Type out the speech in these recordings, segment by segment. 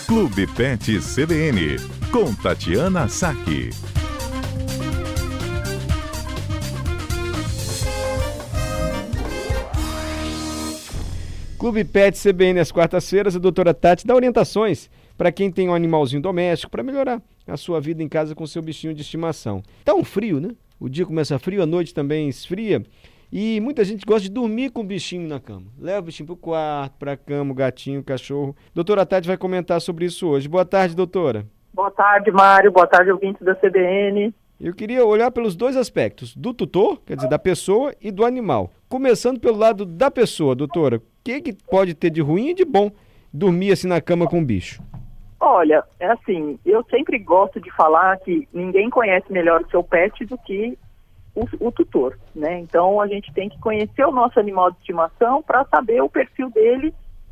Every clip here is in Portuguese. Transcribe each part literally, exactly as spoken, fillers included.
Clube Pet C B N, com Tatiana Saque. Clube Pet C B N, às quartas-feiras, a doutora Tati dá orientações para quem tem um animalzinho doméstico para melhorar a sua vida em casa com seu bichinho de estimação. Tá um frio, né? O dia começa frio, a noite também esfria e muita gente gosta de dormir com o bichinho na cama. Leva o bichinho pro quarto, pra cama, o gatinho, o cachorro. Doutora Tati vai comentar sobre isso hoje. Boa tarde, doutora. Boa tarde, Mário. Boa tarde, ouvintes da C B N. Eu queria olhar pelos dois aspectos, do tutor, quer dizer, da pessoa, e do animal. Começando pelo lado da pessoa, doutora. O que, que pode ter de ruim e de bom dormir assim na cama com o bicho? Olha, é assim, eu sempre gosto de falar que ninguém conhece melhor o seu pet do que o, o tutor, né? Então a gente tem que conhecer o nosso animal de estimação para saber o perfil dele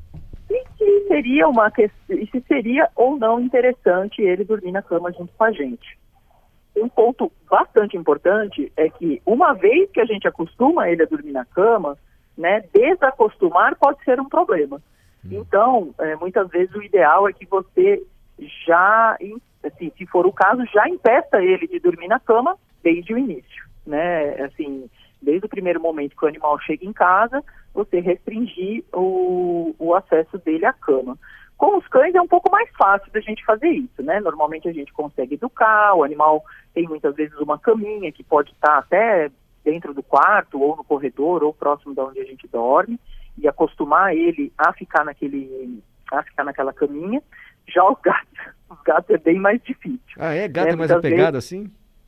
e se seria uma e se seria ou não interessante ele dormir na cama junto com a gente. Um ponto bastante importante é que uma vez que a gente acostuma ele a dormir na cama, né, desacostumar pode ser um problema. Então, é, muitas vezes o ideal é que você já, assim, se for o caso, já impeça ele de dormir na cama desde o início, né? Assim, desde o primeiro momento que o animal chega em casa, você restringir o, o acesso dele à cama. Com os cães é um pouco mais fácil da gente fazer isso, né? Normalmente a gente consegue educar, o animal tem muitas vezes uma caminha que pode estar até dentro do quarto, ou no corredor, ou próximo de onde a gente dorme, e acostumar ele a ficar naquele, a ficar naquela caminha. Já os gatos, os gatos é bem mais difícil. Ah, é? Gato né? é mais apegado assim?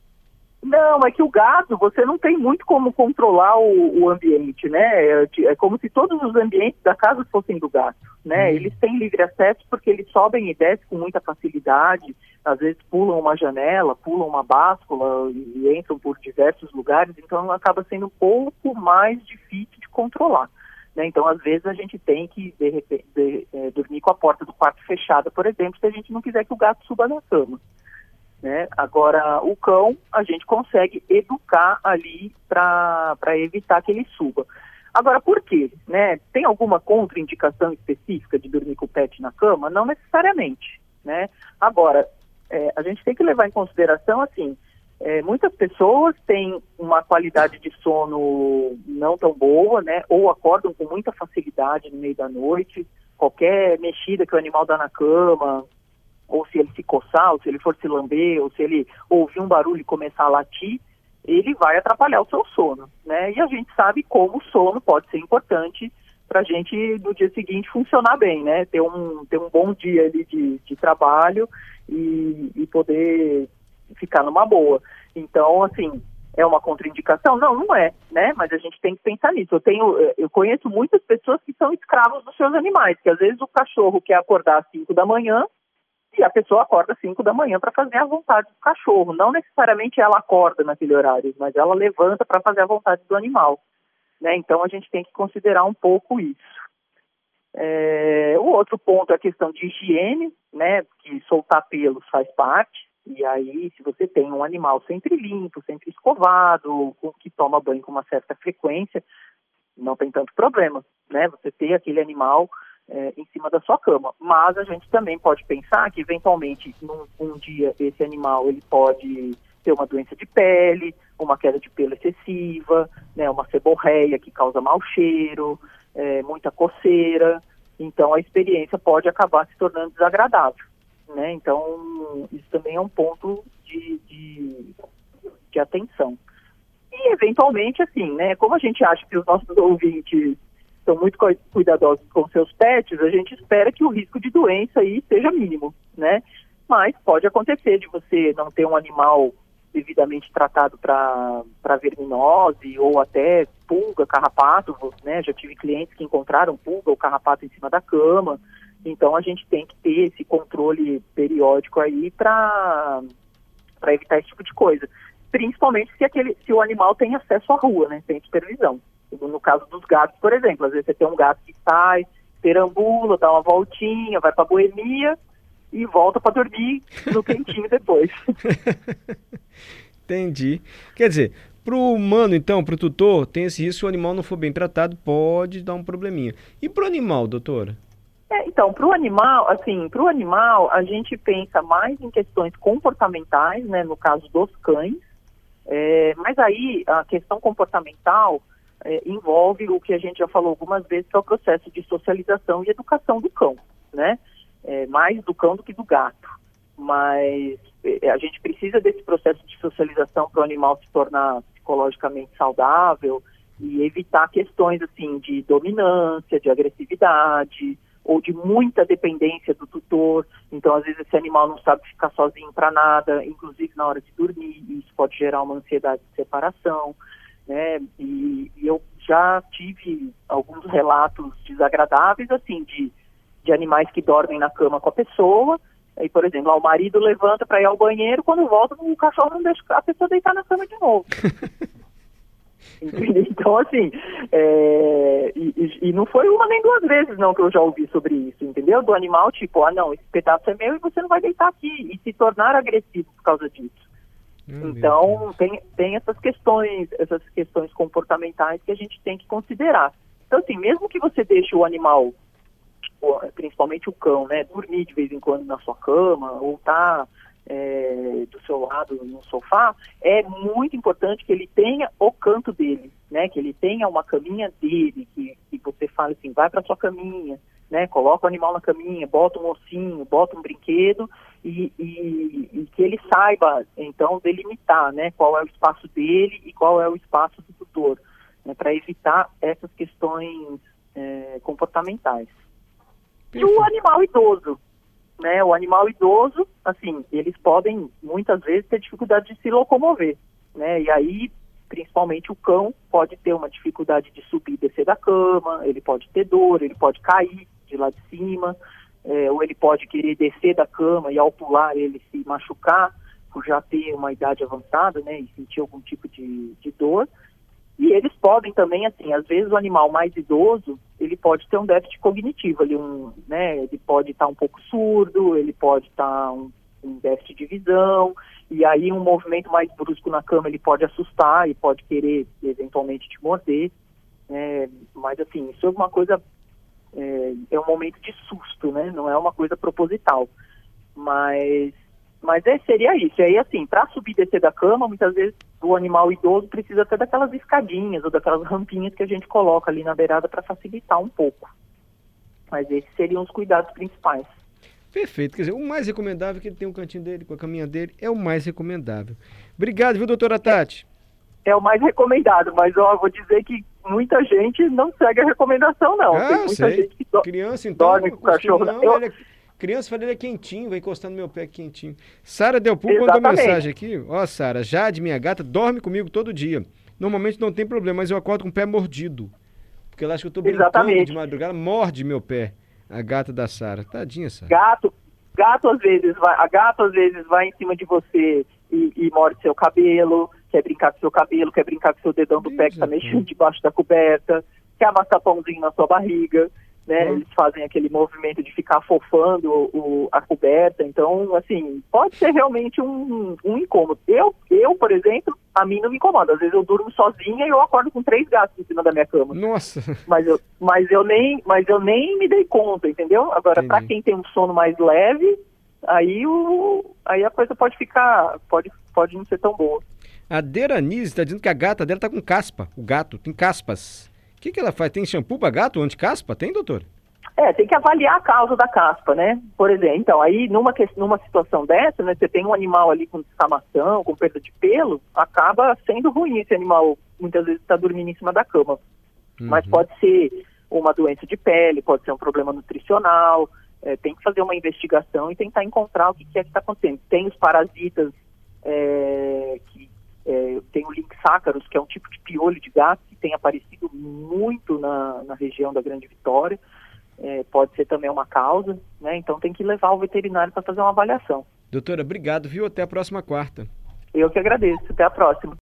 Não, é que o gato, você não tem muito como controlar o, o ambiente, né? É, é como se todos os ambientes da casa fossem do gato, né? Hum. Eles têm livre acesso porque eles sobem e descem com muita facilidade, às vezes pulam uma janela, pulam uma báscula e, e entram por diversos lugares, então acaba sendo um pouco mais difícil de controlar, né? Então, às vezes, a gente tem que de repente, de, é, dormir com a porta do quarto fechada, por exemplo, se a gente não quiser que o gato suba na cama. Né? Agora, o cão, a gente consegue educar ali para evitar que ele suba. Agora, por quê? Né? Tem alguma contraindicação específica de dormir com o pet na cama? Não necessariamente, né? Agora, é, a gente tem que levar em consideração, assim, é, muitas pessoas têm uma qualidade de sono não tão boa, né? Ou acordam com muita facilidade no meio da noite, qualquer mexida que o animal dá na cama, ou se ele se coçar, ou se ele for se lamber, ou se ele ouvir um barulho e começar a latir, ele vai atrapalhar o seu sono, né? E a gente sabe como o sono pode ser importante para a gente, no dia seguinte, funcionar bem, né? Ter um, ter um bom dia ali de, de trabalho e, e poder ficar numa boa. Então, assim, é uma contraindicação? Não, não é, né? Mas a gente tem que pensar nisso. Eu tenho, eu conheço muitas pessoas que são escravos dos seus animais, que às vezes o cachorro quer acordar às cinco da manhã, e a pessoa acorda às cinco da manhã para fazer a vontade do cachorro. Não necessariamente ela acorda naquele horário, mas ela levanta para fazer a vontade do animal, né? Então a gente tem que considerar um pouco isso. É, o outro ponto é a questão de higiene, né? Que soltar pelos faz parte. E aí, se você tem um animal sempre limpo, sempre escovado, que toma banho com uma certa frequência, não tem tanto problema, né? Você ter aquele animal É, em cima da sua cama. Mas a gente também pode pensar que, eventualmente, num um dia, esse animal ele pode ter uma doença de pele, uma queda de pelo excessiva, né, uma seborreia que causa mau cheiro, é, muita coceira. Então, a experiência pode acabar se tornando desagradável, né? Então, isso também é um ponto de, de, de atenção. E, eventualmente, assim, né, como a gente acha que os nossos ouvintes são muito cuidadosos com seus pets, a gente espera que o risco de doença aí seja mínimo, né? Mas pode acontecer de você não ter um animal devidamente tratado para verminose ou até pulga, carrapato, né? Já tive clientes que encontraram pulga ou carrapato em cima da cama, então a gente tem que ter esse controle periódico aí para para evitar esse tipo de coisa, principalmente se, aquele, se o animal tem acesso à rua, né? Tem supervisão. No caso dos gatos, por exemplo, às vezes você tem um gato que sai, perambula, dá uma voltinha, vai para a boemia e volta para dormir no quentinho depois. Entendi. Quer dizer, para o humano, então, para o tutor, tem esse risco, se o animal não for bem tratado, pode dar um probleminha. E para o animal, doutora? É, então, para o animal, assim, para o animal, a gente pensa mais em questões comportamentais, né, no caso dos cães, é, mas aí a questão comportamental é, envolve o que a gente já falou algumas vezes, que é o processo de socialização e educação do cão, né, é, mais do cão do que do gato, mas é, a gente precisa desse processo de socialização para o animal se tornar psicologicamente saudável e evitar questões, assim, de dominância, de agressividade, ou de muita dependência do tutor. Então, às vezes, esse animal não sabe ficar sozinho para nada, inclusive na hora de dormir, e isso pode gerar uma ansiedade de separação, né? E, e eu já tive alguns relatos desagradáveis, assim, de, de animais que dormem na cama com a pessoa. Aí, por exemplo, ó, o marido levanta para ir ao banheiro, quando volta, o cachorro não deixa a pessoa deitar na cama de novo. Então, assim, é, e, e não foi uma nem duas vezes não que eu já ouvi sobre isso, entendeu? Do animal, tipo, ah não, esse pedaço é meu e você não vai deitar aqui, e se tornar agressivo por causa disso. Hum, então, tem, tem essas questões, essas questões comportamentais que a gente tem que considerar. Então, assim, mesmo que você deixe o animal, principalmente o cão, né, dormir de vez em quando na sua cama, ou tá É, do seu lado no sofá, é muito importante que ele tenha o canto dele, né? Que ele tenha uma caminha dele, que, que você fale assim, vai para sua caminha, né? Coloca o animal na caminha, bota um ossinho, bota um brinquedo e, e, e que ele saiba, então, delimitar, né? Qual é o espaço dele e qual é o espaço do tutor, né? Para evitar essas questões é, comportamentais. E o animal idoso, né, o animal idoso, assim, eles podem muitas vezes ter dificuldade de se locomover, né, e aí, principalmente o cão pode ter uma dificuldade de subir e descer da cama, ele pode ter dor, ele pode cair de lá de cima, é, ou ele pode querer descer da cama e ao pular ele se machucar por já ter uma idade avançada, né, e sentir algum tipo de, de dor. E eles podem também, assim, às vezes o animal mais idoso, ele pode ter um déficit cognitivo, ele, um, né, ele pode estar um pouco surdo, ele pode estar um, um déficit de visão, e aí um movimento mais brusco na cama ele pode assustar e pode querer eventualmente te morder, né, mas assim, isso é uma coisa, é, é um momento de susto, né, não é uma coisa proposital, mas... Mas é, seria isso. E aí, assim, para subir e descer da cama, muitas vezes o animal idoso precisa até daquelas escadinhas ou daquelas rampinhas que a gente coloca ali na beirada para facilitar um pouco. Mas esses seriam os cuidados principais. Perfeito. Quer dizer, o mais recomendável é que ele tenha um cantinho dele, com a caminha dele, é o mais recomendável. Obrigado, viu, doutora Tati? É, é o mais recomendado, mas ó, vou dizer que muita gente não segue a recomendação, não. Ah, Tem muita sei. gente que do... Criança, então, dorme com o cachorro. Não, eu... ele é... Criança, falei, ele é quentinho, vai encostando no meu pé quentinho. Sara Delpu mandou mensagem aqui. Ó, Sara, Jade, minha gata, dorme comigo todo dia. Normalmente não tem problema, mas eu acordo com o pé mordido. Porque ela acha que eu tô brincando Exatamente. de madrugada, morde meu pé. A gata da Sara. Tadinha, Sara. Gato, gato às vezes vai, a gato às vezes vai em cima de você e, e morde seu cabelo, quer brincar com seu cabelo, quer brincar com seu dedão do pé que tá mexendo debaixo da coberta, quer amassar pãozinho na sua barriga. Né, hum. Eles fazem aquele movimento de ficar fofando o, a coberta, então, assim, pode ser realmente um, um incômodo. Eu, eu, por exemplo, a mim não me incomoda. Às vezes eu durmo sozinha e eu acordo com três gatos em cima da minha cama. Nossa! Mas eu, mas eu, nem, mas eu nem me dei conta, entendeu? Agora, para quem tem um sono mais leve, aí, o, aí a coisa pode ficar, pode, pode não ser tão boa. A Deranise está dizendo que a gata dela tá com caspa. O gato tem caspas. O que, que ela faz? Tem shampoo para gato anti-caspa? Tem, doutor? É, tem que avaliar a causa da caspa, né? Por exemplo, então, aí numa, numa situação dessa, né, você tem um animal ali com descamação, com perda de pelo, acaba sendo ruim esse animal, muitas vezes está dormindo em cima da cama. Uhum. Mas pode ser uma doença de pele, pode ser um problema nutricional, é, tem que fazer uma investigação e tentar encontrar o que, que é que está acontecendo. Tem os parasitas, é, que É, tem o Lynxácaros, que é um tipo de piolho de gato que tem aparecido muito na, na região da Grande Vitória, é, pode ser também uma causa, né? Então tem que levar o veterinário para fazer uma avaliação. Doutora, obrigado, viu? Até a próxima quarta. Eu que agradeço, até a próxima.